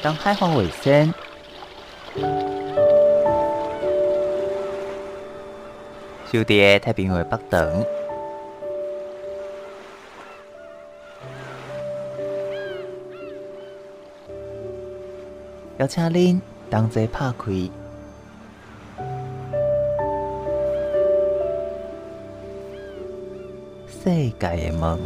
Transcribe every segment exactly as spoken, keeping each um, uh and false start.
当海防卫生。就伫太平洋北端，邀请恁同齐拍开世界的门。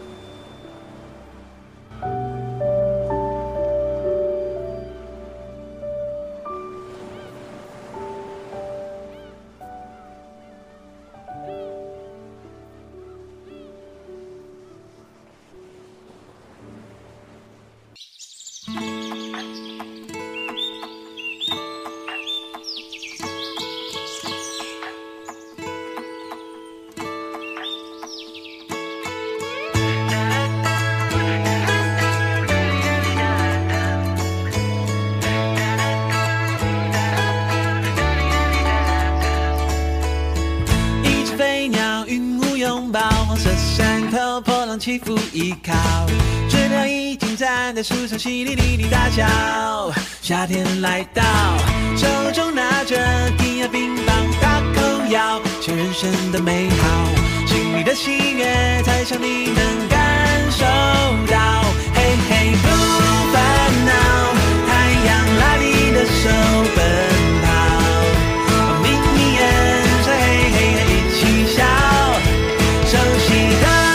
起伏依靠，知了已经站在树上，淅沥沥沥大叫。夏天来到，手中拿着低压冰棒，大口咬，切人生的美好，心里的喜悦，才想你能感受到。嘿嘿，不烦恼，太阳拉你的手奔跑，眯眯眼晒，嘿嘿嘿，一起笑，熟悉的。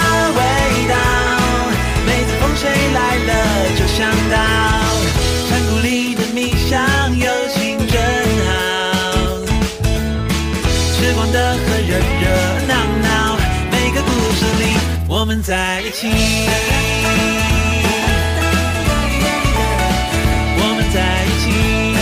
谁来了就想到，山谷里的米香友情真好，时光的河热热闹闹，每个故事里我们在一起，我们在一起，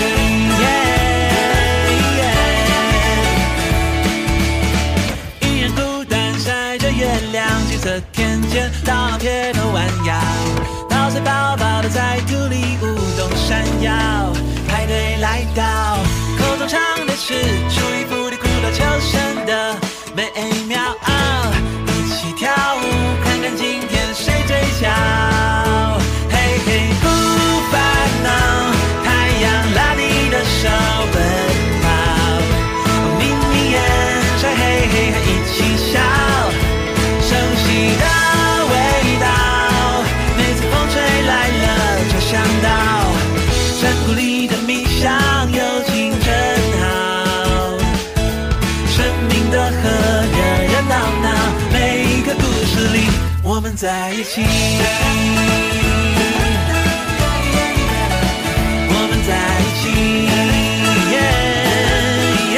yeah, yeah 一人孤单晒着月亮，金色天间到撇头弯腰，稻穗饱饱的在土里舞动闪耀，派对来到，口中唱的是出一副的古老秋声的美妙，一起跳舞，看看今天谁最强。嘿嘿，不烦恼，太阳拉你的手奔跑，眯眯眼晒，嘿嘿嘿，一起笑，熟悉的味道，每次风吹来了就想到，山谷里的米香友情真好，生命的河热热闹闹，每一个故事里我们在一起，我们在一起， yeah,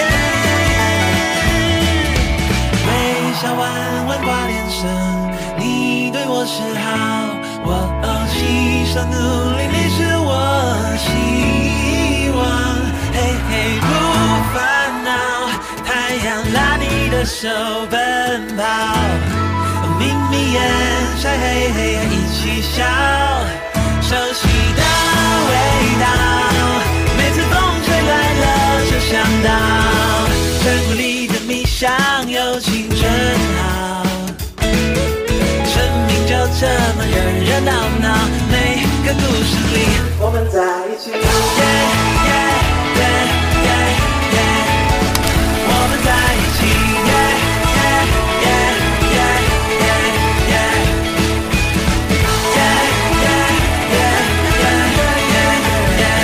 yeah 微笑弯弯挂脸上，你对我示好，我哦牺牲努力，你是我希望。嘿嘿，不烦恼，太阳拉你的手奔跑，眯眯眼晒，嘿嘿，一起笑，熟悉的味道，每次风吹来了就想到，山谷里的米香友情真好，生命就这么热热闹闹，每个故事里我们在一起， yeah, yeah, yeah, yeah, yeah 我们在一起， yeah, yeah, yeah, yeah, yeah, yeah yeah, yeah, yeah, yeah, yeah, yeah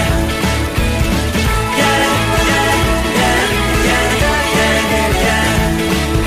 yeah, yeah, yeah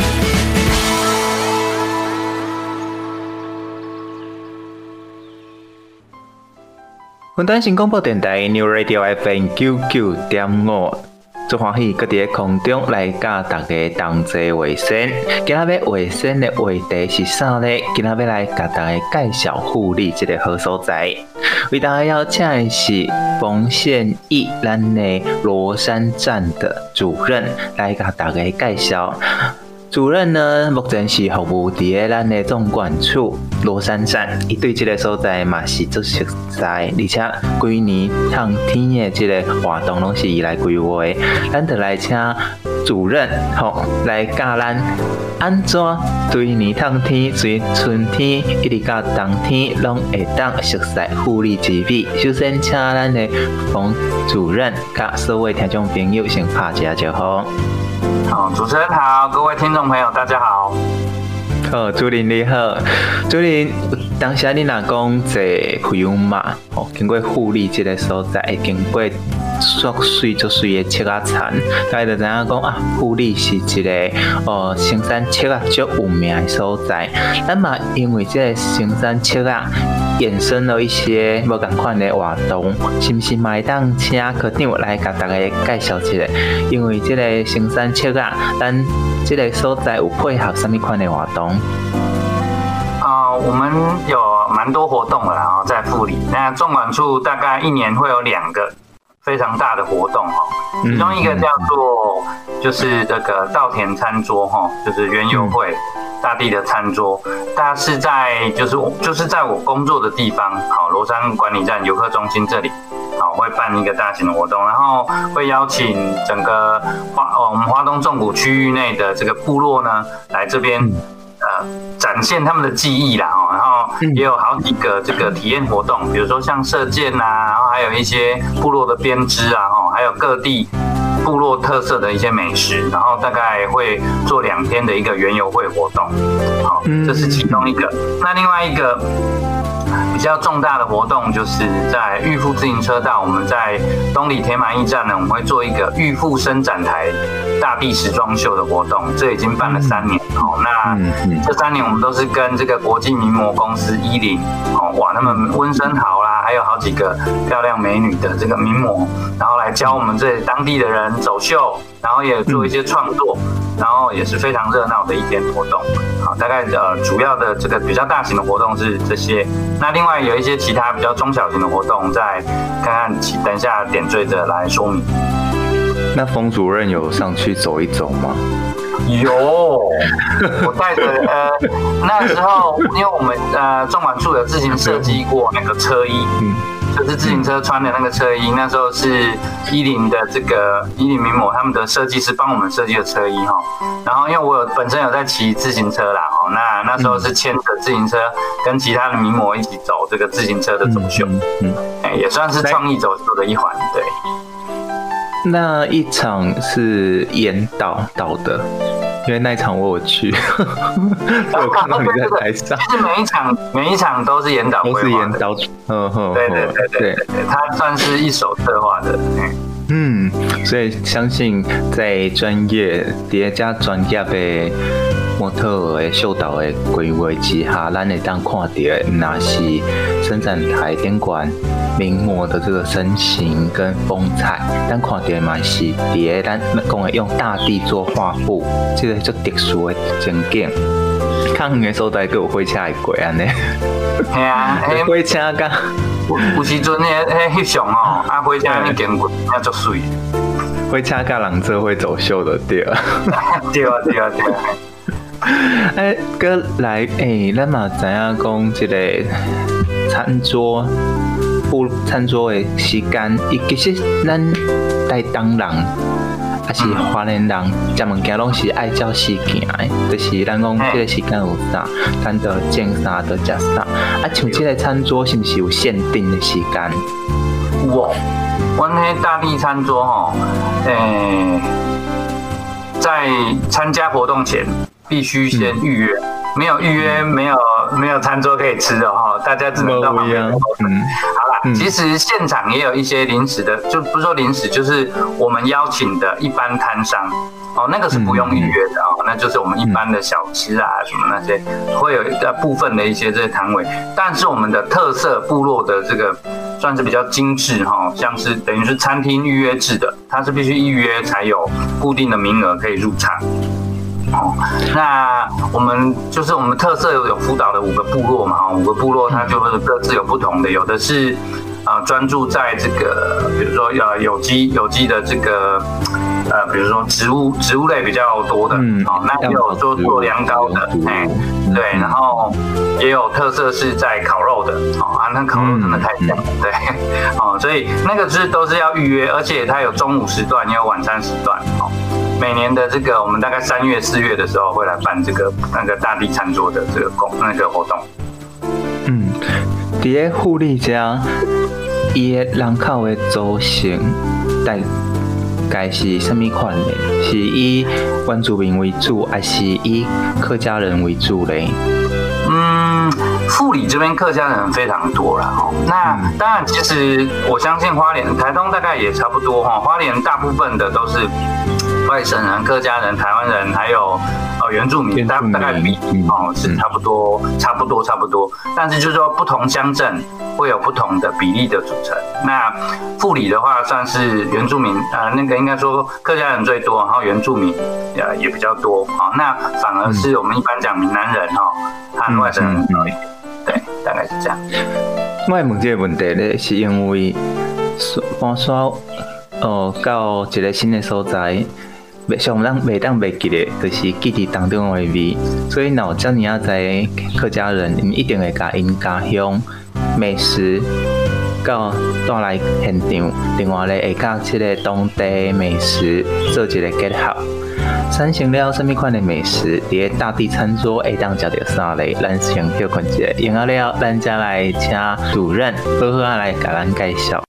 云端新广播电台 New Radio F M 九九点五，最欢喜搁伫空中来甲大家同齐画生。今仔要画生的话题是啥呢？今仔要来甲大家介绍护理这个好所在。为大家邀请的是冯宪义，咱的罗山站的主任，来甲大家介绍。主任呢，目前是服务伫咧咱的总管处罗山站，伊对这个所在嘛是足熟悉，而且规年烫天的这个活动拢是伊来规划的。咱就来请主任吼、喔、来教咱安怎对年冬天、随春天一直到冬天，拢会当熟悉护理之美。首先，请咱的冯主任甲所有听众朋友先拍一下招呼。 好，主持人好，各位听众朋友大家好。 好，主任你好，主任，当时你若讲坐飞勇嘛，哦，经过护理这个所在，会经过足水足水的七仔田，大家就知影讲啊，护理是一个哦生产七仔足有名的所在。咱嘛因为这个生产七仔衍生了一些无同款的活动，是毋是嘛会当请科长来甲大家介绍一下？因为这个生产七仔，咱这个所在有配合什么款的活动？ 呃，我们有蛮多活动的啦，哦，在富里。那纵管处大概一年会有两个非常大的活动哦，其中一个叫做就是这个稻田餐桌哈，就是园游会。大地的餐桌，它是在就是就是在我工作的地方，好，罗山管理站游客中心这里，好，会办一个大型的活动，然后会邀请整个花哦我们花东纵谷区域内的这个部落呢，来这边呃展现他们的技艺啦，哦，然后也有好几个这个体验活动，比如说像射箭啊，然后还有一些部落的编织啊，哦，还有各地部落特色的一些美食，然后大概会做两天的一个园游会活动，好，这是其中一个。那另外一个比较重大的活动，就是在玉富自行车道，我们在东里铁马驿站呢，我们会做一个玉富伸展台大地时装秀的活动，这已经办了三年哦。那这三年我们都是跟这个国际名模公司伊林哦，哇，他们温升豪啦，还有好几个漂亮美女的这个名模，然后来教我们这当地的人走秀，然后也做一些创作，然后也是非常热闹的一天活动。好，大概呃主要的这个比较大型的活动是这些，那另外有一些其他比较中小型的活动，再看看等一下点缀着来说明。 那冯主任有上去走一走吗？ 有，我带着呃那时候，因为我们呃纵管处有自行设计过那个车衣，嗯，就是自行车穿的那个车衣，那时候是伊林的这个伊林名模他们的设计师帮我们设计的车衣哈。然后因为我有本身有在骑自行车啦，哦，那那时候是牵着自行车跟其他的名模一起走这个自行车的走秀，嗯，哎，也算是创意走秀的一环，对。 那一场是沿岛岛的，因为那一场我有去，所以我看到你在台上。 其实每一场每一场都是沿岛规划的， 都是沿岛，嗯哼， 对对对对对，它算是一手策划的， 嗯，所以相信在专业叠加专业的模特的秀导的规划之下，咱会当看到的，那是伸展台顶管名模的这个身形跟风采，咱看到的嘛是伫咱讲的用大地做画布，这个足特殊的情景。较远的所在，佮有火车会过安尼。 系啊， 火车甲有时阵迄迄翕相哦，啊火车你经过，啊足水。 火车甲人做伙走秀的对。 对啊对啊对啊。 哎，佮来诶，咱嘛知影讲即个餐桌。布餐桌的时间，伊其实咱台东人，还是华人人，食物件拢是爱照时行的，就是咱讲这个时间有啥，咱就种啥就食啥。啊，像这个餐桌是毋是有限定的时间？ 有哦，阮迄大地餐桌吼，诶、欸，在参加活动前必须先预约。嗯，没有预约，没有没有餐桌可以吃的哈，大家只能到旁边。嗯，好啦，其实现场也有一些临时的，就不是说临时，就是我们邀请的一般摊商哦，那个是不用预约的哦，那就是我们一般的小吃啊什么那些，会有一部分的一些这些摊位，但是我们的特色部落的这个算是比较精致哈，像是等于是餐厅预约制的，它是必须预约才有固定的名额可以入场。哦，那我们就是我们特色有辅导的五个部落嘛，五个部落它就是各自有不同的，有的是呃专注在这个，比如说呃有机有机的这个呃，比如说植物植物类比较多的，嗯，哦，那也有做做凉糕的，哎，对，然后也有特色是在烤肉的，哦啊，那烤肉真的太香了，对，哦，所以那个是都是要预约，而且它有中午时段也有晚餐时段，哦。 每年的这个我们大概三月四月的时候会来办这个那个大地餐桌的这个工那个活动。 嗯，伫咧富里遮，伊的人口的组成大概是什么款的？是以原住民为主，还是以客家人为主嘞？ 嗯，富里这边客家人非常多啦，哈。那当然，其实我相信花莲、台东大概也差不多哈。花莲大部分的都是外省人、客家人、台湾人，还有呃原住民，大大概比例哦是差不多、差不多、差不多。但是就是说，不同乡镇会有不同的比例的组成。那富里的话，算是原住民，呃，那个应该说客家人最多，然后原住民呃也比较多啊。那反而是我们一般讲闽南人哈。和外省人少一点，对，大概是这样。 我会问这个问题咧，是因为搬山呃到一个新的所在，上咱袂当袂记的，就是记忆当中的味。所以，若有遮尔啊侪客家人，因一定会甲因家乡美食到带来现场，另外咧会甲即个当地美食做一个结合。产生了什么款的美食？伫个大地餐桌会当食到啥嘞？咱先休困一下，用好了，咱再来请主任好好啊来甲咱介绍。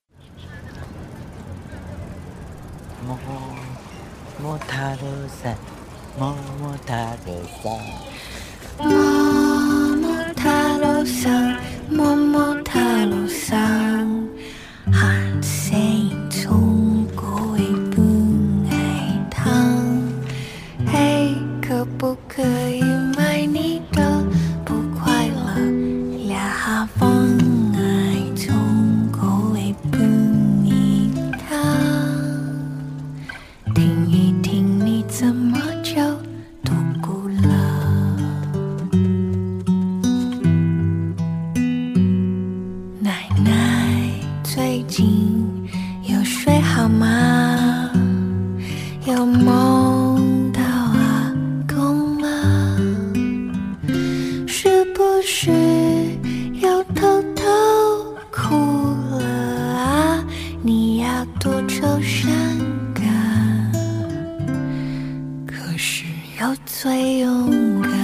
摸摸他的伞，摸摸他的伞， 摸摸他的伞，摸摸他的伞，喊谁从过一不爱他？嘿，可不可以买你的不快乐？俩风爱从过一不一他，听一听你怎么就度过了。奶奶最近有睡好吗？有梦到阿公吗？是不是又偷偷哭了啊？你要多愁善感，可是又最勇敢。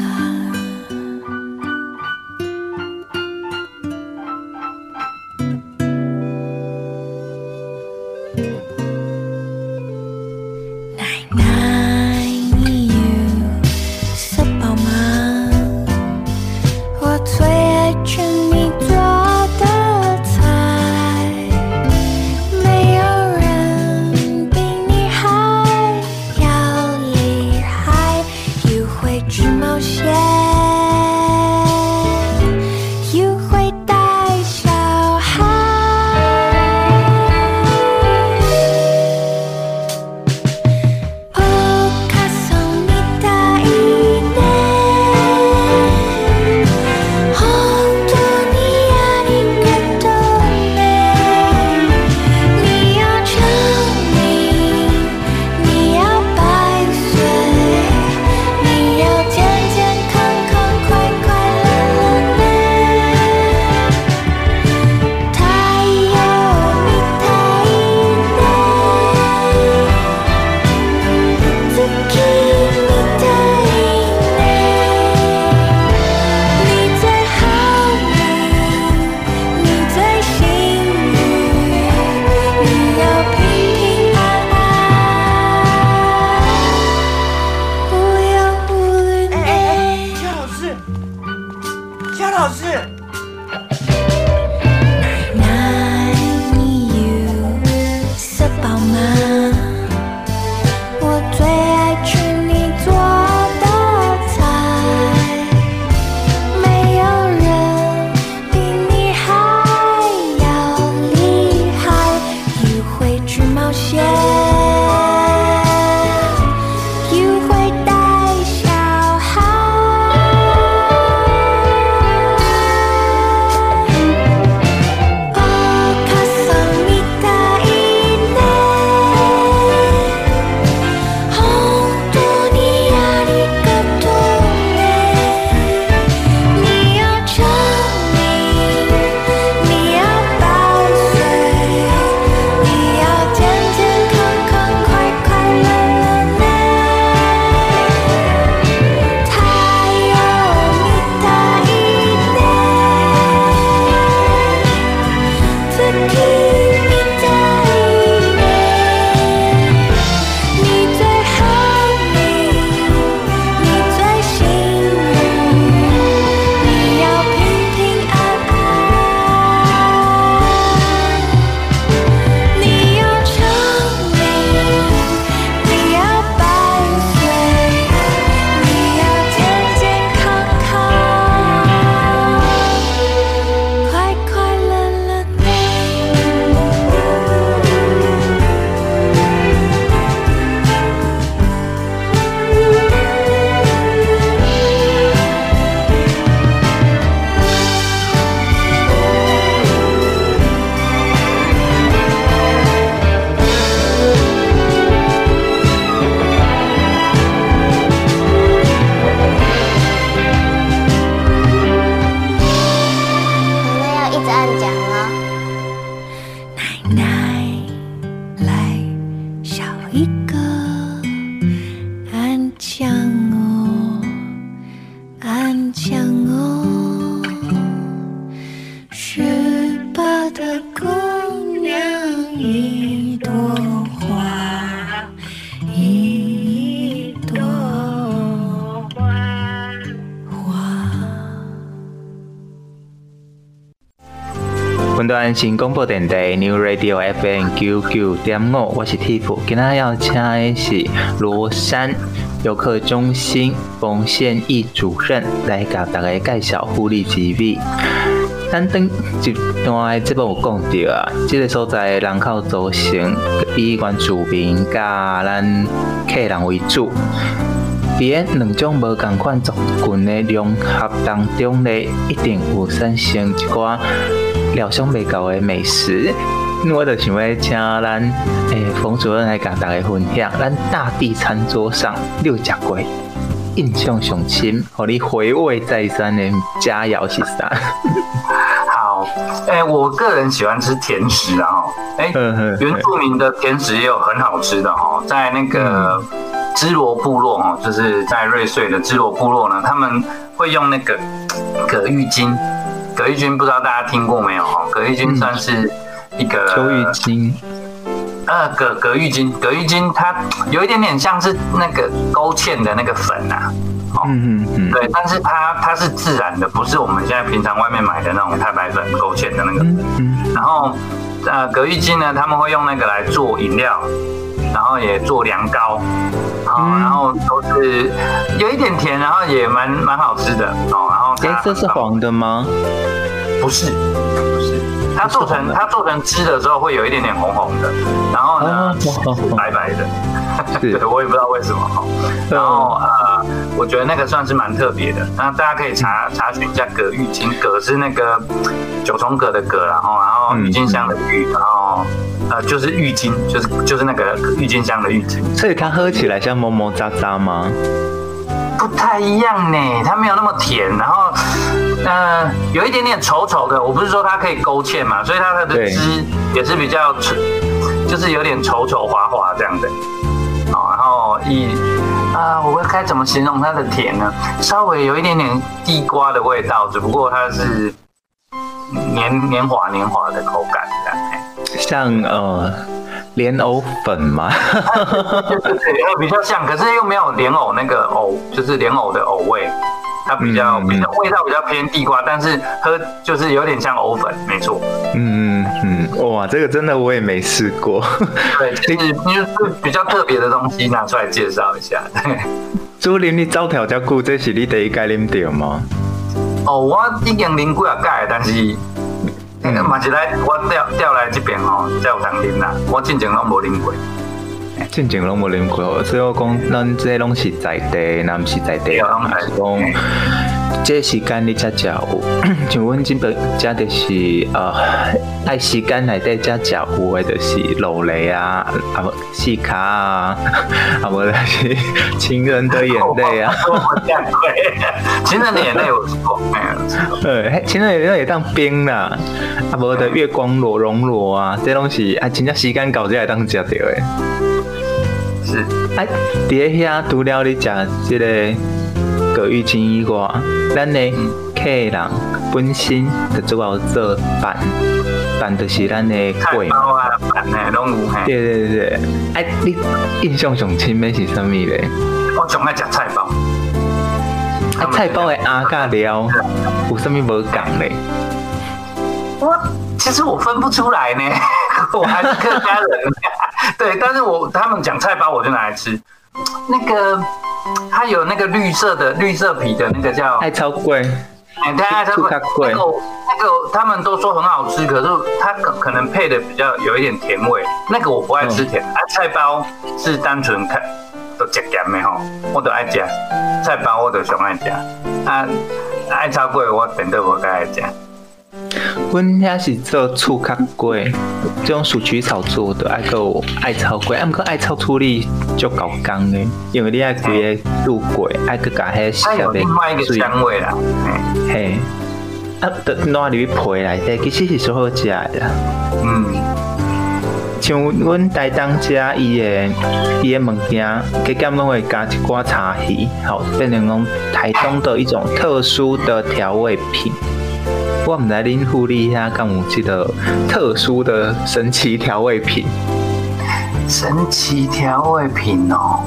本段新广播电台 New Radio F M 九九点五，我是 Tiff， 今天要请的是罗山游客中心冯宪义主任来给大家介绍福利机位。咱等一段的节目有讲到啊，这个所在人口组成以原住民甲咱客人为主。伫个两种无同款族群的融合当中呢，一定有产生一寡料想袂到的美食。我就想要请咱诶冯主任来甲大家分享，咱大地餐桌上你有食过印象上深，互你回味再三的佳肴是啥？ 好，哎、欸，我个人喜欢吃甜食啊，哎、欸，原住民的甜食也有很好吃的哈，在那个支罗部落哈，就是在瑞穗的支罗部落呢，他们会用那个葛玉金，葛玉金不知道大家听过没有哈？葛玉金算是一个秋玉金。 呃，葛葛玉金，葛玉金它有一点点像是那个勾芡的那个粉啊，哦、嗯嗯嗯，对，但是它它是自然的，不是我们现在平常外面买的那种太白粉勾芡的那个粉。嗯嗯、然后呃，葛玉金呢，他们会用那个来做饮料，然后也做凉糕，啊、嗯，然后都是有一点甜，然后也蛮蛮好吃的哦。然后哎、欸，这是黄的吗？ 不是。它做成它做成汁的时候会有一点点红红的，然后呢是白白的，对，我也不知道为什么哈。然后呃，我觉得那个算是蛮特别的，那大家可以查查询一下葛玉金，葛是那个九重葛的葛，然后然后郁金香的郁，然后呃就是郁金，就是就是那个郁金香的郁金。 所以它喝起来像么么喳喳吗？ 不太一样呢，它没有那么甜，然后呃有一点点稠稠的。我不是说它可以勾芡嘛，所以它的汁也是比较就是有点稠稠滑滑这样的。好，然后以啊、呃，我该怎么形容它的甜呢？稍微有一点点地瓜的味道，只不过它是黏黏滑黏滑的口感这样。 像呃。莲藕粉吗？ 对对对，比较像，可是又没有莲藕那个藕，就是莲藕的藕味，它比较、嗯、比较味道比较偏地瓜，但是喝就是有点像藕粉，没错。 嗯嗯，哇，这个真的我也没试过。 对，就是就是比较特别的东西拿出来介绍一下。 主任，你走条遮久，这是你第一届啉到吗？ 哦，我已经啉几啊届，但是。嗯，嘛是来我调调来这边吼，才有通啉啦。我之前拢无啉过， 之前拢无啉过，所以我讲咱这拢是在地，那不是在地，还是讲这时间你才食有。像阮这边食的是呃，爱时间内底才食有的，就是肉类啊，啊无细卡啊，啊无就是情人的眼泪啊。 情人的眼泪我吃过， 呃，情人的眼泪也当冰啦，啊无的月光裸熔炉啊，这拢是啊，真正时间到才会当食到的。 是， 啊，伫咧遐除了你食这个葛玉金以外，咱的客人本身就主要做饭，饭就是咱的粿嘛。啊，饭呢拢有嘿。 对对对，哎、啊，你印象上深的是啥物咧？ 我最爱食菜包。 啊，菜包的鸭甲料有啥物无共咧？ 我其实我分不出来呢，我还是客家人。对，但是我他们讲菜包，我就拿来吃。那个它有那个绿色的绿色皮的那个叫艾草粿， 哎，对，艾草粿，那个那个他们都说很好吃，可是它可可能配的比较有一点甜味，那个我不爱吃甜。啊，菜包是单纯看都吃咸的吼，我都爱吃菜包，我就上爱吃。啊，艾草粿我等到无介爱吃。 阮遐是做醋壳粿，这种鼠曲草做的，还有艾草粿，啊，不过艾草处理就搞干的，因为你爱规个入粿，爱去加迄下面。它有另外一个香味啦， 嘿，啊，得拿入去皮内底，其实是好食的。嗯，像阮台东食伊的伊的物件，加减拢会加一寡茶鱼，好变成讲台东的一种特殊的调味品。我唔知恁护理遐敢有这个特殊的神奇调味品？ 神奇调味品哦，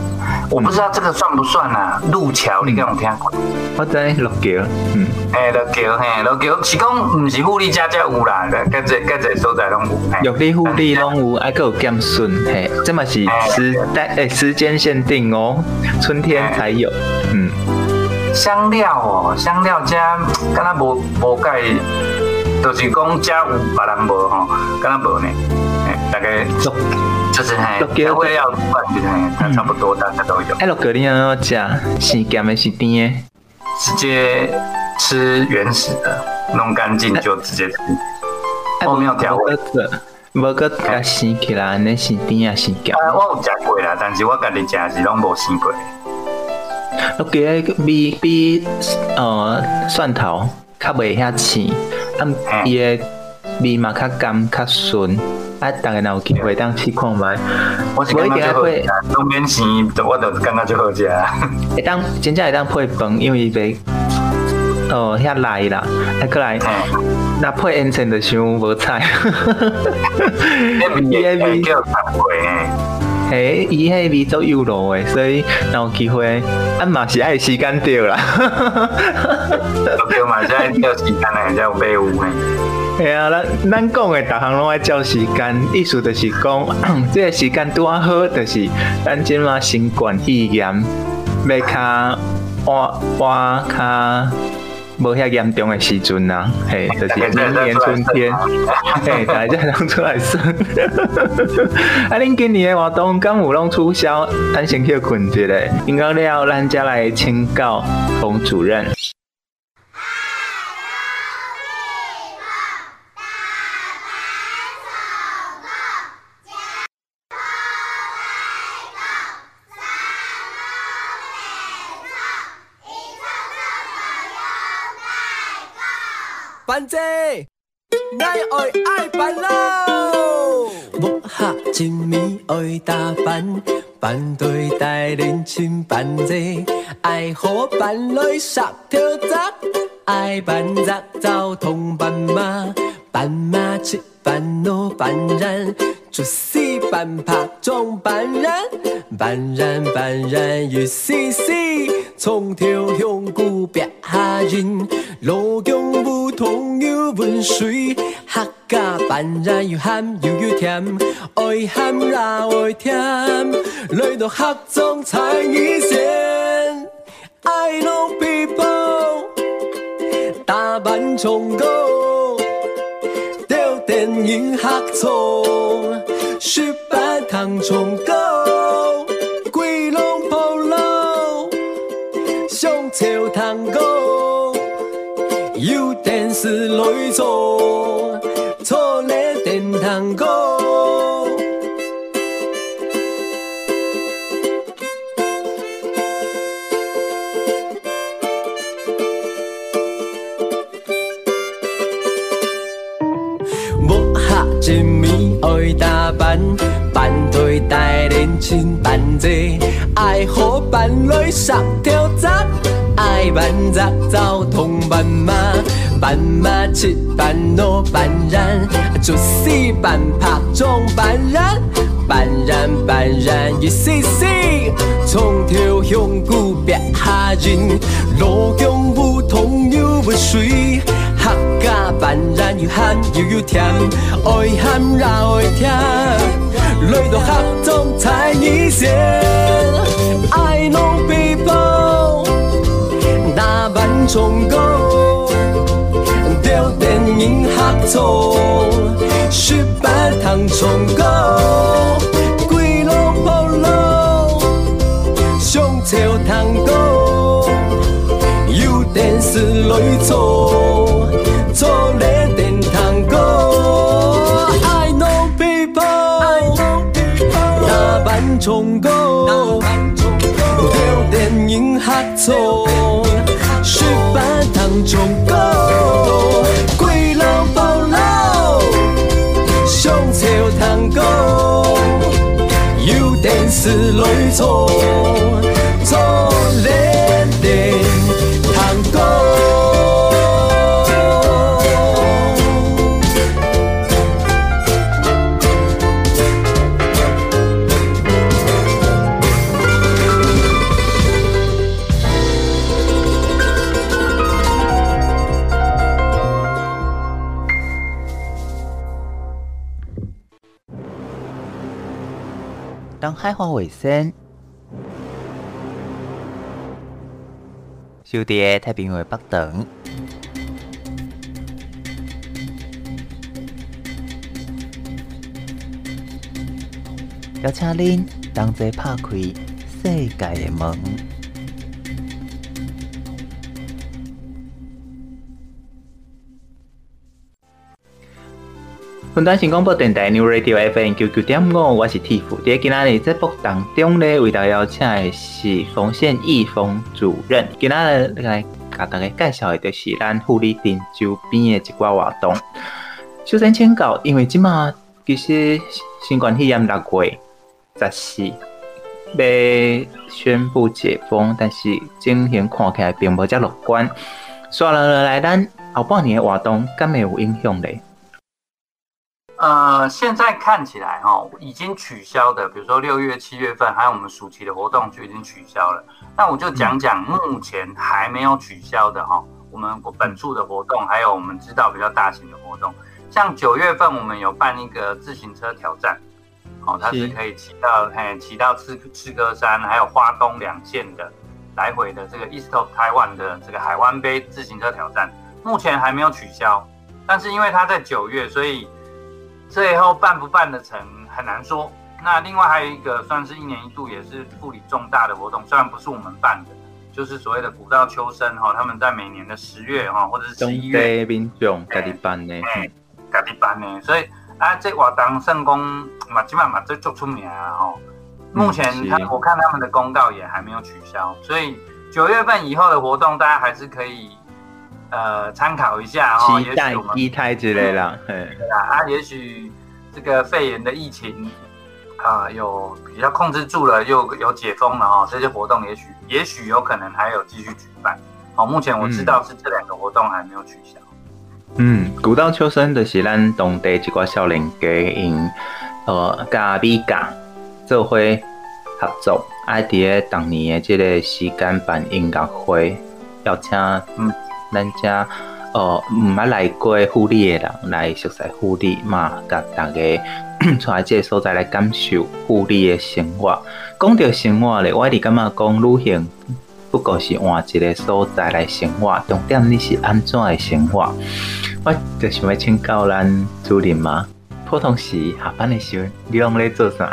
我不知道这个算不算啊？路桥你敢有听过？ 我知鹿桥，嗯， 诶，鹿桥嘿，鹿桥是讲毋是护理家家有啦，各个各个所在拢有。 玉里护理拢有，还佫有减顺，嘿，这嘛是时代诶时间限定哦，春天才有，嗯。 香料哦，香料加敢若无无介，就是讲加有别人无吼，敢若无呢，诶，大概就是嘿，调味料感觉嘿，差不多大家都有。 哎，鹿桥你安怎食？是咸的，是甜的？ 直接吃原始的，弄干净就直接吃。我没有调味。 无搁甲生起来，安尼是甜啊是咸？ 我有食过啦，但是我家己食是拢无生过。 鹿桥的味比呃蒜头较袂遐刺，啊伊的味嘛较甘较顺，啊大家若有机会当试看觅。 我是感觉最好食，拢免生，我就感觉最好食。 会当真正会当配饭，因为伊袂哦遐赖啦，啊过来，若配烟肠就伤无彩。 伊的味叫淡味诶。 嘿，伊迄味做油路诶，所以若有机会，啊嘛是爱时间钓啦。 钓嘛是爱钓时间诶，才有买有诶。 嘿啊，咱咱讲诶，逐项拢爱照时间，意思就是讲，这个时间拄啊好，就是咱即马新冠肺炎要较活活较。无遐严重的时阵呐，嘿，就是明年春天，嘿，大家才能出来耍。啊，恁今年的活动敢有拢促销，咱先去困一下，困到了，咱才来请教冯主任。 班姐，咱爱爱班喽！木下真面爱打扮，班队带领亲班姐，爱好班内杀跳杂，爱班杂交通班马，班马七班诺班人，出四班拍中班人，班人班人与 C C， 从头向古壁下人，路强不同又温水，客家班人又咸又又甜，爱咸啦爱甜，来到客中才一线。I know people， 大班冲高，钓电影客中，十班糖冲高，鬼龙跑路，上潮糖高，有电视来做，错咧电糖高。一面爱打扮，班队带领亲班姐，爱好班内杀跳杂，爱班杂交通班马，班马七班诺班人，做四班拍中班人，班人班人与 C C， 从头向古壁下人，路强不同又不水。客家班人又咸又又甜，爱咸啦爱甜，来到客中才一线。I know people， 大班冲高，钓电影客中，十班糖冲高，鬼龙跑路，上潮糖高，有电视来做。做咧电糖果 ，I know people， 大班冲高，钓电影合作，十班糖冲高，鬼佬跑路，上潮糖果，有电视来做，做咧电糖果。 上海话卫生，收伫太平洋北端。邀请恁同齐拍开世界的门。 云端新广播电台 New Radio F M 九九点五，我是 Tiff。在今仔日节目当中咧，为大家邀请的是冯宪义冯主任。今仔日来甲大家介绍的就是咱富里镇周边的一寡活动。首先请教，因为即马其实新冠肺炎六月十四要宣布解封，但是情形看起来并无遮乐观。刷落落来，咱后半年的活动敢会有影响咧？ 呃，现在看起来哈、哦，已经取消的，比如说六月、七月份，还有我们暑期的活动就已经取消了。那我就讲讲目前还没有取消的哈、哦，我们本处的活动，还有我们知道比较大型的活动。像九月份我们有办一个自行车挑战，哦，它是可以骑到嘿骑到赤赤科山，还有花东两县的来回的这个 East of Taiwan 的这个海湾杯自行车挑战，目前还没有取消，但是因为它在九月，所以最后办不办得成很难说。那另外还有一个算是一年一度也是富里重大的活动，虽然不是我们办的，就是所谓的古道秋生哈，他们在每年的十月哈或者是十一月， 当地民众家己办的， 家己办的，所以啊，这活动算讲嘛，基本上嘛最做出名啊哈。目前他我看他们的公告也还没有取消，所以九月份以后的活动大家还是可以。呃，参考一下哈， 期待期待之类啦， 对啦，啊，也许这个肺炎的疫情啊、呃、有比较控制住了，又有解封了哈，这些活动也许也许有可能还有继续举办。好，目前我知道是这两个活动还没有取消。 嗯，古道秋生就是咱当地一寡少年家因呃甲美甲做伙合作，爱伫咧当年的这个时间办音乐会，邀请嗯。咱遮呃毋捌来过富里的人来熟悉富里嘛，甲大家带这个所在来感受富里的生活。讲到生活咧，我一直感觉讲旅行不过是换一个所在来生活，重点你是安怎的生活？我就想要请教咱主任嘛，普通时下班的时候，你拢咧做啥？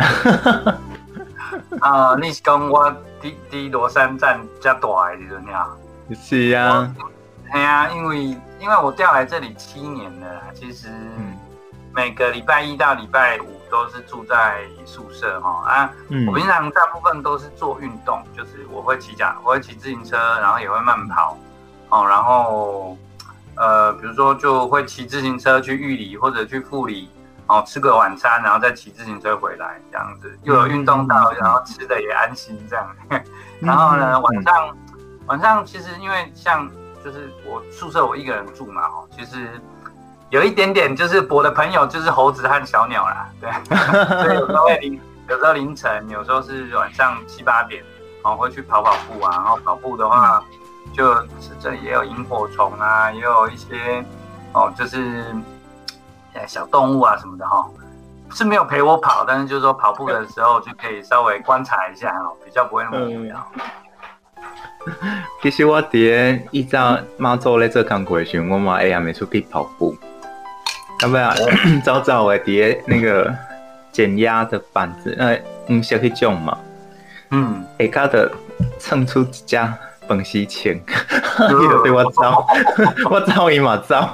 啊、呃，你是讲我伫伫罗山站遮大的时阵呀？ 是啊。 对啊，因为因为我调来这里七年了啦，其实每个礼拜一到礼拜五都是住在宿舍哈啊。嗯、我平常大部分都是做运动，就是我会骑脚，我会骑自行车，然后也会慢跑，哦，然后呃，比如说就会骑自行车去玉里或者去富里，哦，吃个晚餐，然后再骑自行车回来，这样子又有运动到，然后吃的也安心这样。然后呢，晚上晚上其实因为像。就是我宿舍我一个人住嘛，哦，其实有一点点就是我的朋友就是猴子和小鸟啦，对，所以有时候会凌，有时候凌晨，有时候是晚上七八点，哦，会去跑跑步啊，然后跑步的话，就是这里也有萤火虫啊，也有一些哦，就是小动物啊什么的哈、哦，是没有陪我跑，但是就是说跑步的时候就可以稍微观察一下哦，比较不会那么无聊。嗯其实我伫咧以前妈祖咧做工课的时候，我嘛会暗暝出去跑步，要不然早早的伫咧那个减压的板子，呃，唔是迄种嘛，嗯，下骹就蹭出一只饭丝青，伊就对我走，我走伊嘛走。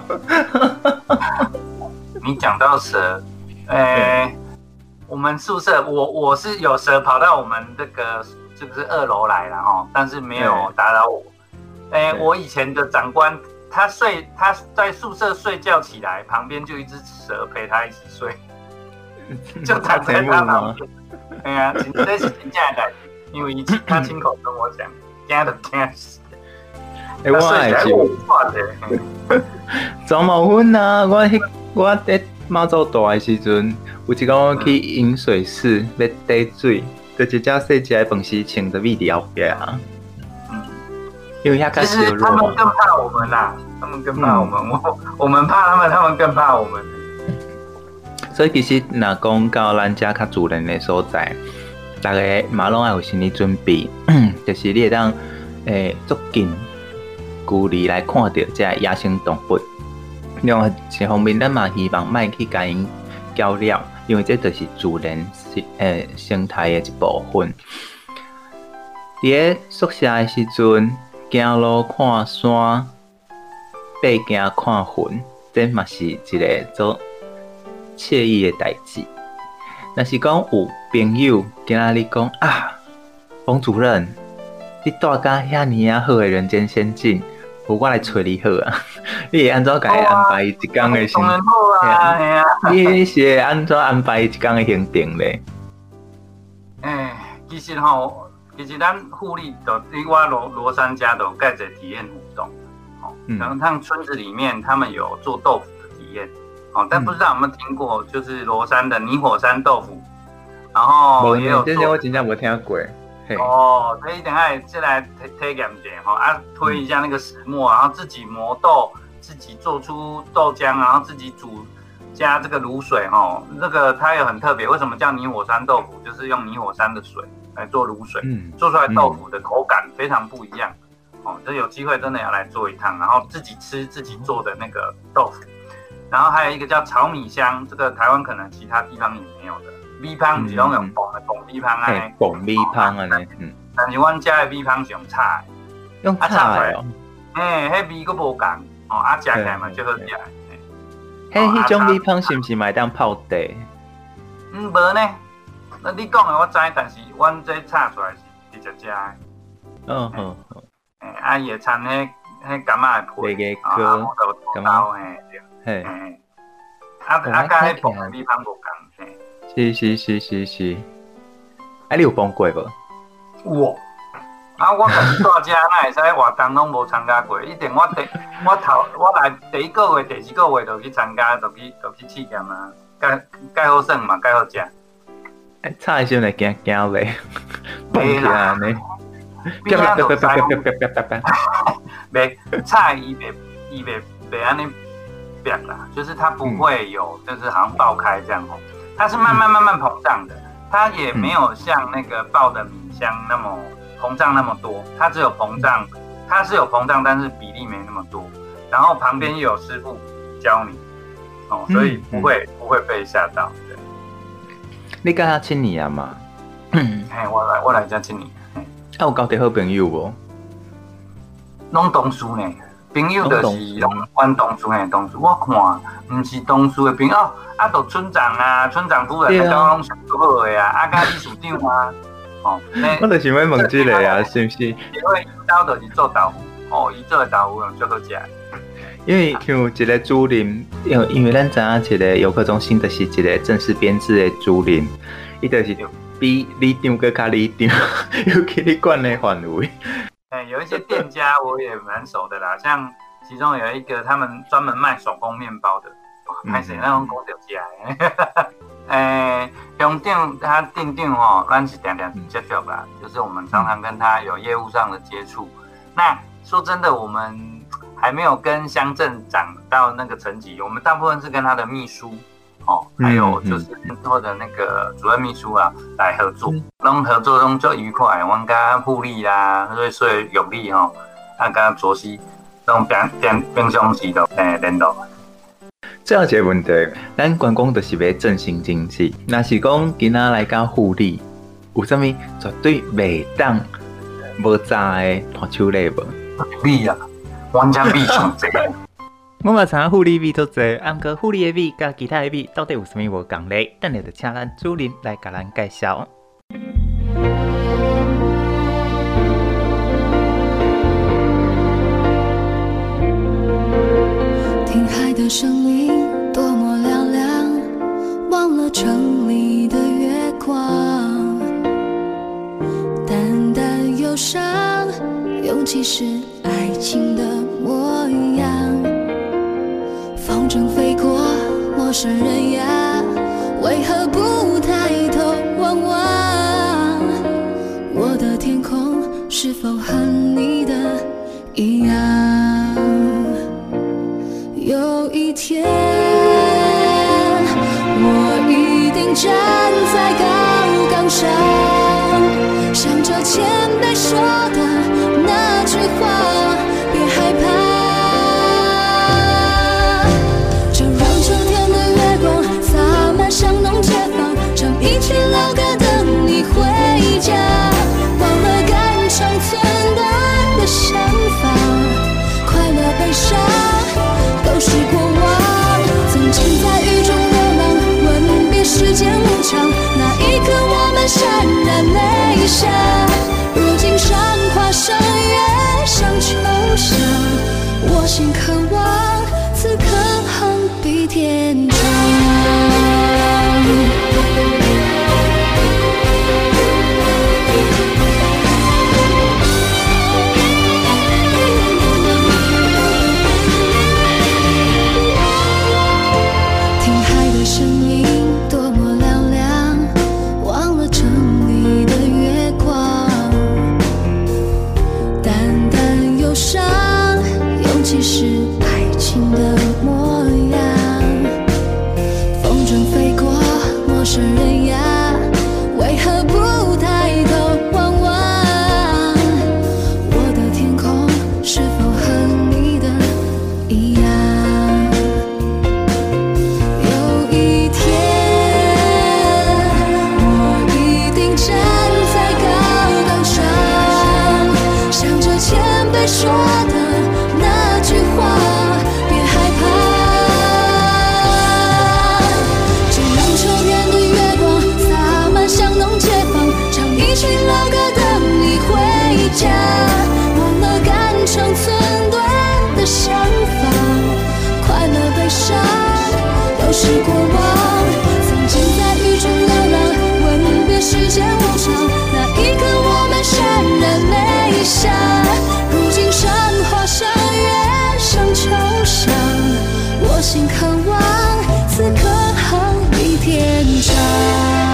你讲到蛇，诶、欸，我们宿舍我我是有蛇跑到我们这个。是不是二楼来了哈？但是没有打扰我。哎、欸，我以前的长官，他睡他在宿舍睡觉起来，旁边就一只蛇陪他一起睡，就躺在他旁边。哎呀、啊，这是真正的，因为他亲口跟我讲，惊都惊死。 哎、欸，我也是。怎么分啊？我我在妈祖大的时阵，有一个去饮水室要滴水。就一只细只的饭丝青就秘伫后壁啊，嗯，因为遐较小弱。其实他们更怕我们啦，他们更怕我们，嗯、我我们怕他们，他们更怕我们。所以其实若讲到咱遮较自然的所在， 大家嘛拢要有心理准备，就是你会当诶足近距离来看到这野生动物。另外一方面，咱嘛希望莫去甲因搅扰，因为这就是自然诶生态的一部分。伫咧宿舍的时阵，行路看山，爬行看云，这嘛是一个做惬意的代志。若是讲有朋友今仔日讲啊，冯主任，你带甲遐尼啊好的人间仙境，有我来找你好啊！你会安怎甲伊安排一天的行程？ 好啊，系啊。 你是会安怎安排一天的行程咧？ 诶，其实吼，其实咱护理的，因为我罗罗山家都有盖着体验活动，哦，然后他们村子里面他们有做豆腐的体验。哦，但不知道有没有听过，就是罗山的泥火山豆腐，然后也有这些我真正没听过。 哦，所以等下再来体体验一下哈，啊，推一下那个石磨，然后自己磨豆，自己做出豆浆，然后自己煮加这个卤水哈，这个它也很特别，为什么叫泥火山豆腐？就是用泥火山的水来做卤水，嗯、做出来豆腐的口感非常不一样。哦，这有机会真的要来做一趟，然后自己吃自己做的那个豆腐。然后还有一个叫炒米香，这个台湾可能其他地方也没有的。米香是用用蹦的蹦米香啊， 蹦米香啊呢。嗯。但是阮家的米香是用炒的， 用炒的哦。 嘿，迄味佫无共哦，啊食起来嘛就好食。 嘿，迄种米香是毋是买当泡茶？ 嗯，无呢。那你讲的我知，但是阮这炒出来是直接食的。 嗯好好。 诶，啊也掺迄迄柑仔的皮，啊，豆豆嘿。嘿，啊啊，甲迄蹦米香无共，嘿， 是是是是是，啊，你有蹦过无？ 有，啊，我家己大家哪会使活动拢无参加过？一定我第我头我来第一个月、第二个月就去参加，就去就去试验啊，介介好耍嘛，介好食。哎， 炒的时阵会惊惊袂？ 蹦起来安尼，别别别别别别别别别，袂炒伊袂伊袂袂安尼。啦，就是它不会有，就是好像爆开这样哦，它是慢慢慢慢膨胀的，它也没有像那个爆的米香那么膨胀那么多，它只有膨胀，它是有膨胀，但是比例没那么多。然后旁边又有师傅教你，哦，所以不会、嗯、不会被吓到。对， 你跟他亲你啊嘛？ 哎，我来我来家亲你。 啊，有交到好朋友无？ 拢同事呢。朋友就是拢阮同事诶，同事我看毋是同事诶朋友，啊，就村长啊、村长夫人，啊，拢上好诶啊，啊，甲理事长啊，哦， 我就想要问这个啊，是毋是？ 因为伊兜就是做豆腐，哦，伊做诶豆腐用最好食。 因为像一个主任，因为因为咱知影一个游客中心就是一个正式编制诶主任，伊就是比里长更较里长，尤其你管诶范围。 嗯，有一些店家我也蛮熟的啦，像其中有一个他们专门卖手工面包的，哇，歹势那种狗掉起来。诶，乡长他店长吼，咱是常常接触啦，就是我们常常跟他有业务上的接触。那说真的，我们还没有跟乡镇长到那个层级，我们大部分是跟他的秘书。哦，还有就是或者那个主任秘书啊来合作，拢合作拢就愉快，阮甲护理啦，所以所以有力吼，啊甲卓西，拢平平平常时都诶联络。 最后一个问题，咱观光就是要振兴经济，若是讲今仔来甲护理，有啥物绝对袂当无炸的伴手礼无？ 米啊，完全米上济。 我嘛知影护理米足济，啊，毋过护理的米甲其他的米到底有啥物无共咧？等下就请咱主任来甲咱介绍。 听海的声音多么嘹亮，忘了城里的月光，淡淡忧伤，勇气是爱情的模样。风筝飞过陌生人呀，为何不抬头望望？我的天空是否和你的一样？有一天，我一定站在高岗上。 说的那句话，别害怕，就让秋天的月光洒满巷弄街坊，唱一曲老歌等你回家，忘了肝肠寸断的想法，快乐悲伤都是过往，曾经在雨中流浪，吻别世间无常，那一刻我们潸然泪下，如今山跨山越上秋香，我心渴望此刻恒比天长。听海的声音多么嘹亮，忘了城里的月光，淡淡忧伤，勇气是爱情的模样，风筝飞过陌生人呀，为何不抬头望望，我的天空是否和你的一样，有一天我一定站在高岗上，想着前辈说的那句话，别害怕，就让秋天的月光洒满巷弄街坊，唱一曲老歌等你回家，忘了肝肠寸断的想法，快乐悲伤都是过往，曾经在雨中流浪，吻别世间无常，那一刻我们潸然泪下，如今山花山月上秋香，我心渴望此刻恒比天长。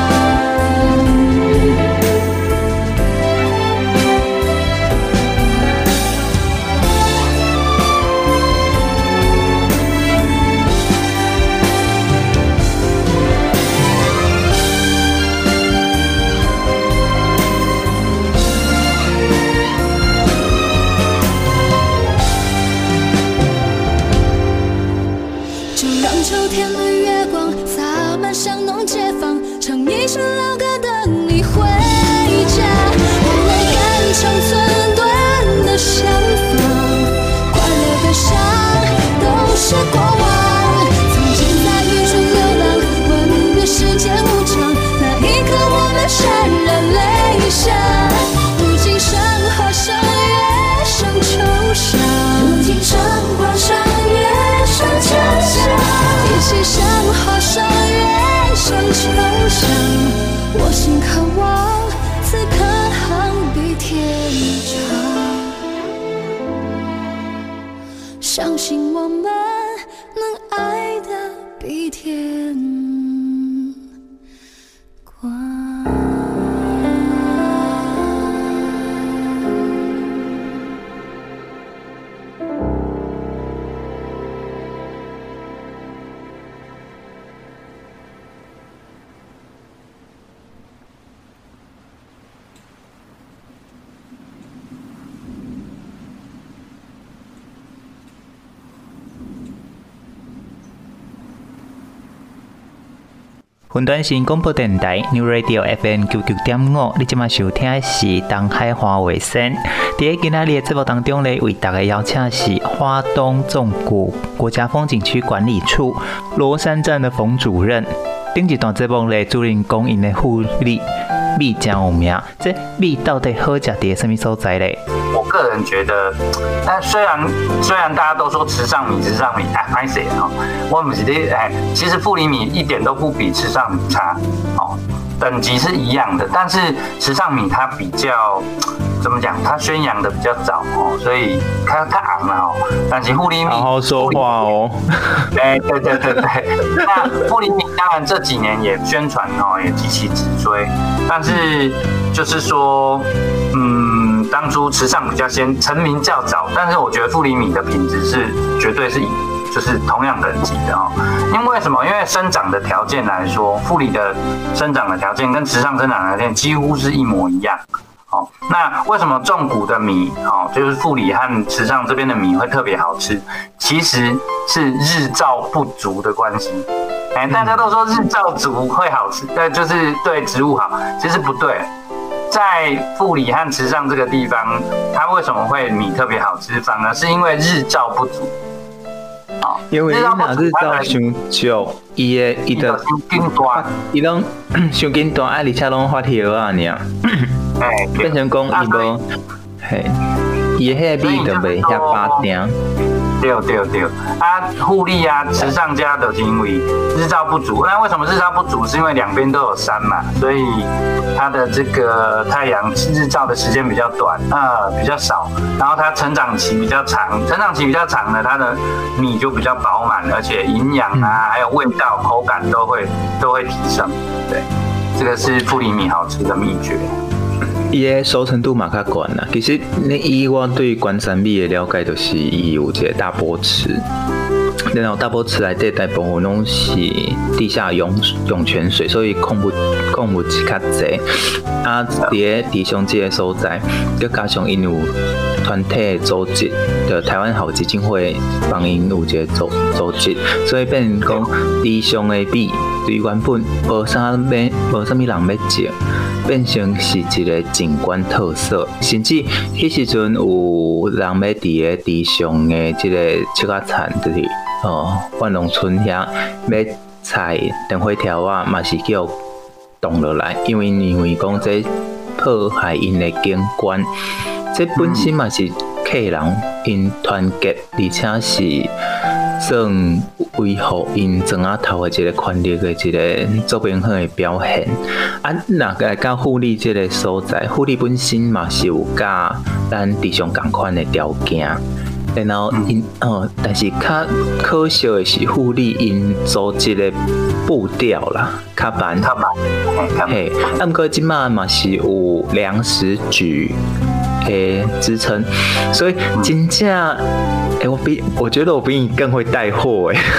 就让秋天的月光洒满巷弄街坊，唱一曲老歌等你回家，忘了肝肠寸断的想法，快乐悲伤都是过往，曾经在雨中流浪，吻别世间无常，那一刻我们潸然泪下，如今山花山月上秋香，如今山花山月上秋香，一起山花山月上秋香，我心渴望此刻恒比天长，相信我们能爱得比天光。 云端新广播电台 New Radio F M 九九点五，你今麦收听的是东海花卫生。在今仔日的节目当中呢，为大家邀请是花东纵谷国家风景区管理处罗山站的冯主任。顶一段节目呢，主任讲因的护理米真有名，这米到底好食在什么所在呢？ 我个人觉得，但虽然虽然大家都说池上米池上米，哎，拍谁哈？我们是的，哎，其实富里米一点都不比池上米差，哦，等级是一样的，但是池上米它比较怎么讲？它宣扬的比较早哦，所以它它昂了哦。但是富里米好好说话哦。 哎，对对对对，那富里米当然这几年也宣传哦，也急起直追，但是就是说，嗯，当初池上比较先成名较早，但是我觉得富里米的品质是绝对是就是同样等级的哦。因为什么？因为生长的条件来说，富里的生长的条件跟池上生长的条件几乎是一模一样。 哦，那为什么纵谷的米哦，就是富里和池上这边的米会特别好吃？其实是日照不足的关系。哎，大家都说日照足会好吃，对，就是对植物好，其实不对。在富里和池上这个地方，它为什么会米特别好吃？反而是因为日照不足。哦， 因为那日照伤少，伊的伊的伊拢伤紧大，啊，而且拢发叶啊，尔。 哎， 变成讲伊无，嘿，伊迄个米就袂遐巴定。 对对对，啊，富里啊，池上家都是因为日照不足。那为什么日照不足？是因为两边都有山嘛，所以它的这个太阳日照的时间比较短，呃，比较少。然后它成长期比较长，成长期比较长呢，它的米就比较饱满，而且营养啊，还有味道、口感都会都会提升。对，这个是富里米好吃的秘诀。 伊个熟成度嘛较悬啦。其实，你以我对关山米的了解，就是伊有一个大波池，然后大波池内底大部分拢是地下涌涌泉水，所以矿物矿物质较济。啊，伫个地上这个所在，再加上因有团体组织，就台湾好基金会帮因有一个组组织，所以变成讲地上的米，对原本无啥买，无啥物人要种。变成是一个景观特色，甚至迄时阵有人要伫个地上的即个七甲田，就是哦万隆村遐要采灯火条啊，嘛是叫动落来，因为因为讲这破坏因的景观，这本身嘛是客人因团结，而且是算维护因庄仔头的一个权利的一个做明好的表现。啊，那个到富里这个所在，富里本身嘛是有甲咱地上同款的条件。然后因哦，但是较可惜的是富里因组织的步调啦，较慢。 较慢。 嘿，啊，不过即马嘛是有粮食局的支撑，所以真正。哎、欸，我比我觉得我比你更会带货哎，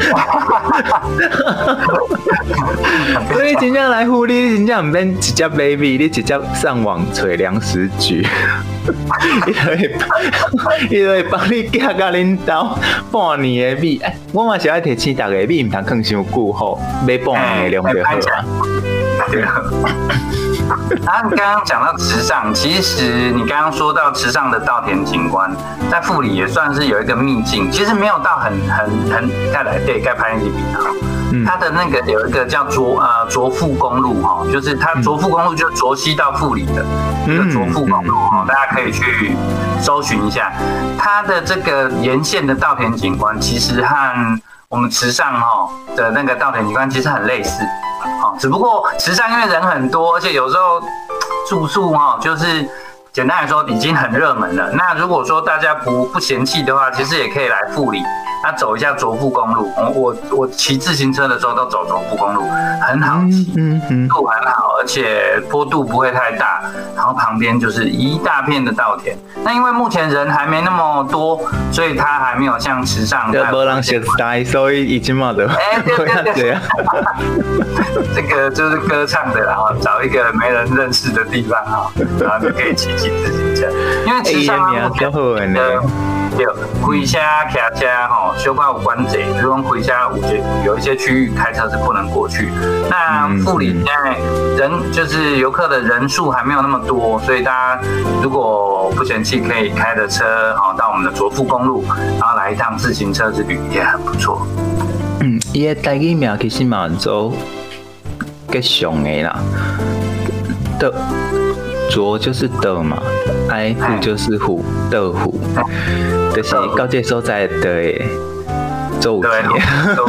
所以真正来富里，你真正唔免直接买米，你直接上网找粮食局，伊就会，伊就会帮你寄到恁兜半年的米。哎，我嘛是爱提醒大家，米唔通放伤久吼，买半年的量就好啊。 对啊。然后你刚刚讲到池上，其实你刚刚说到池上的稻田景观，在富里也算是有一个秘境，其实没有到很很很该来对该拍那几笔哈。它的那个有一个叫卓呃卓富公路哈，就是它卓富公路就是卓溪到富里的一个卓富公路哈，大家可以去搜寻一下。它的这个沿线的稻田景观，其实和我们池上哈的那个稻田景观其实很类似。好，只不过池上因为人很多，而且有时候住宿哈，就是简单来说已经很热门了。那如果说大家不不嫌弃的话，其实也可以来富里，那走一下卓富公路。我我骑自行车的时候都走卓富公路，很好骑， 嗯嗯， 路很好，而且坡度不会太大，然后旁边就是一大片的稻田。那因为目前人还没那么多，所以它还没有像池上就没人熟悉，所以已经没得。 哎，对对对，这个就是歌唱的，然后找一个没人认识的地方哈，然后你可以骑骑自行车，因为池上啊， 较好玩的。 对，开车、骑车吼，小可有关制，比如讲开车有有一些区域开车是不能过去。那富里现在人就是游客的人数还没有那么多，所以大家如果不嫌弃，可以开着车好到我们的卓富公路，然后来一趟自行车之旅也很不错。 嗯，伊的台语名其实嘛做吉祥的啦，的卓就是的嘛，哎虎就是虎的虎，就是到这所在的周对，周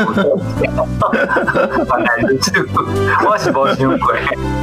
原来如此，我是无想过。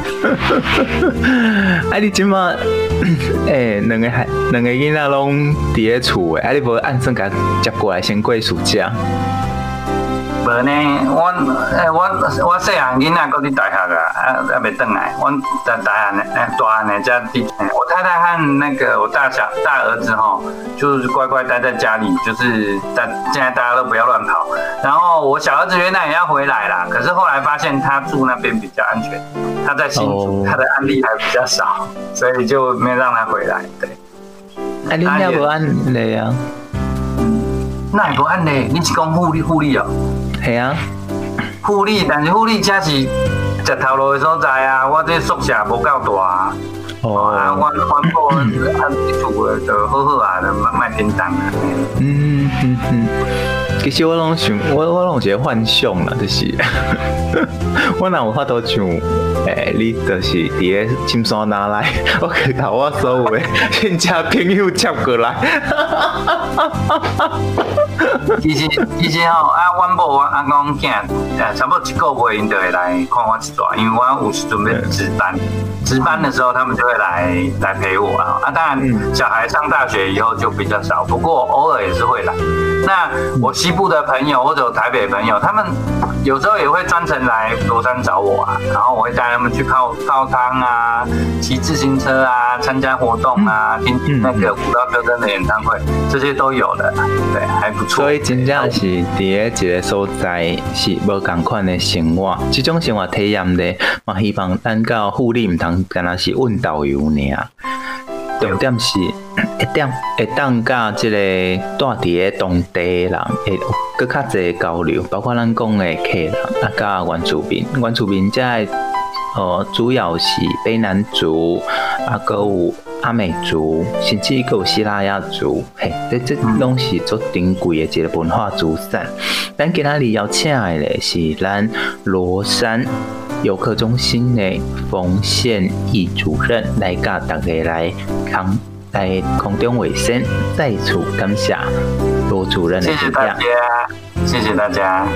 啊，你即马诶，两个孩两个囡仔拢伫咧厝诶，啊，你无按算甲接过来先过暑假？ 无呢，我诶，我我细汉囡仔搁伫大学啊，啊啊未转来，我在大汉呢，诶大汉呢才伫。我太太和那个我大小大儿子吼，就是乖乖待在家里，就是在现在大家都不要乱跑。然后我小儿子原来也要回来啦，可是后来发现他住那边比较安全，他在新竹， oh. 他的案例还比较少，所以就没有让他回来。对。 啊，你也无按例啊？ 那会无按例？你是讲护理护理哦？ 系啊， 护理，但是护理才是食头路的所在啊。我这宿舍无够大啊。哦。啊，我我某按厝的就好好啊，就卖叮当啊。 嗯嗯嗯。其实我拢想，我我拢有一个幻想啦，就是我若有法度像，诶、欸，你就是伫咧深山哪来，我去把我所有的亲戚朋友接过来。 其实其实吼，啊，阮某我阿公囝，呃，差不多一个月因就会来看我一段，因为我有时准备值班，值班的时候他们就会来来陪我啊。啊，当然小孩上大学以后就比较少，不过偶尔也是会来。那我西部的朋友或者台北的朋友，他们有时候也会专程来罗山找我啊，然后我会带他们去泡泡汤啊，骑自行车啊，参加活动啊，听听那个古道秋灯的演唱会，这些都有的，对，还不错。 所以真正是伫咧一个所在是无同款的生活，这种生活体验咧，嘛希望咱到护理唔通干那是问导游尔。重点是会当会当甲即个住伫咧当地的人会更较侪交流，包括咱讲的客人啊，甲原住民，原住民遮的呃主要是卑南族，啊，搁有阿美族，甚至搁有西拉雅族，嘿，这这拢是足珍贵的一个文化资产。咱今仔日邀请的咧是咱罗山游客中心的冯宪义主任来甲大家来空来空中卫生，再次感谢罗主任的指教。 谢谢大家，谢谢大家。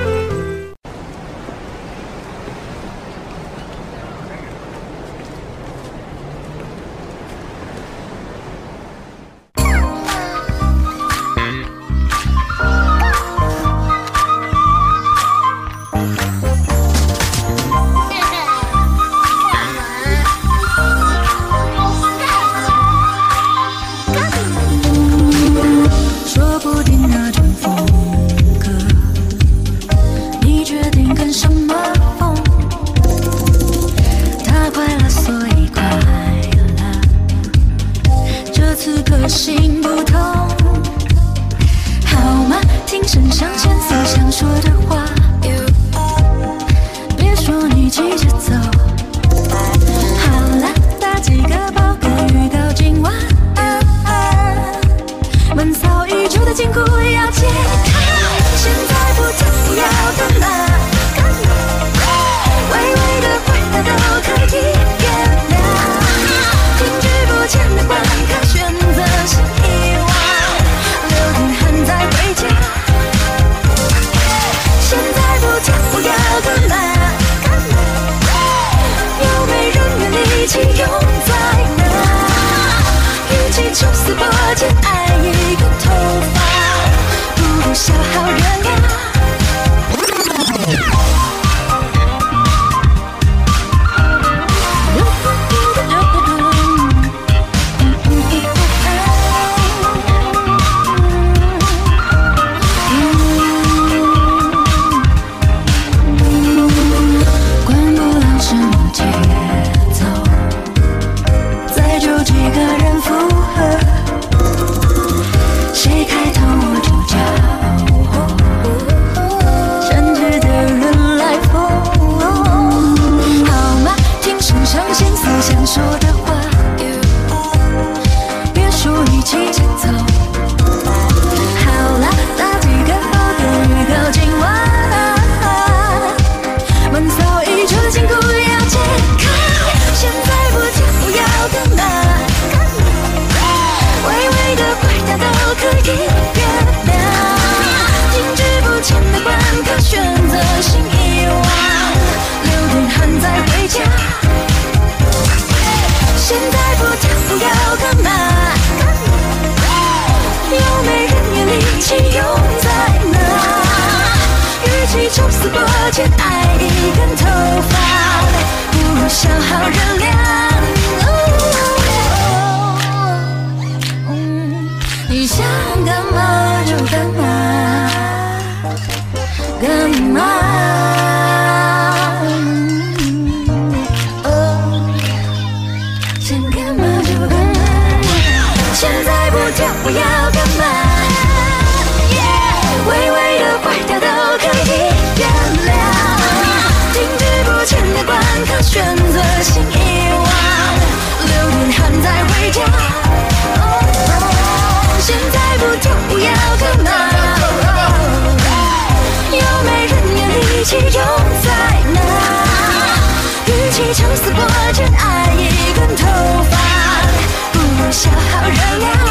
谁开头我就叫我。 真爱一根头发，不如消耗热量。你想干嘛就干嘛，干嘛？哦，想干嘛就干嘛，现在不跳我要干嘛？微微的坏掉都可以原谅，停滞不前的关卡，选择性遗忘，流点汗再回家。现在不跳舞要干嘛？有没人有力气用在哪？与其抽丝剥茧爱一根头发，不如消耗热量。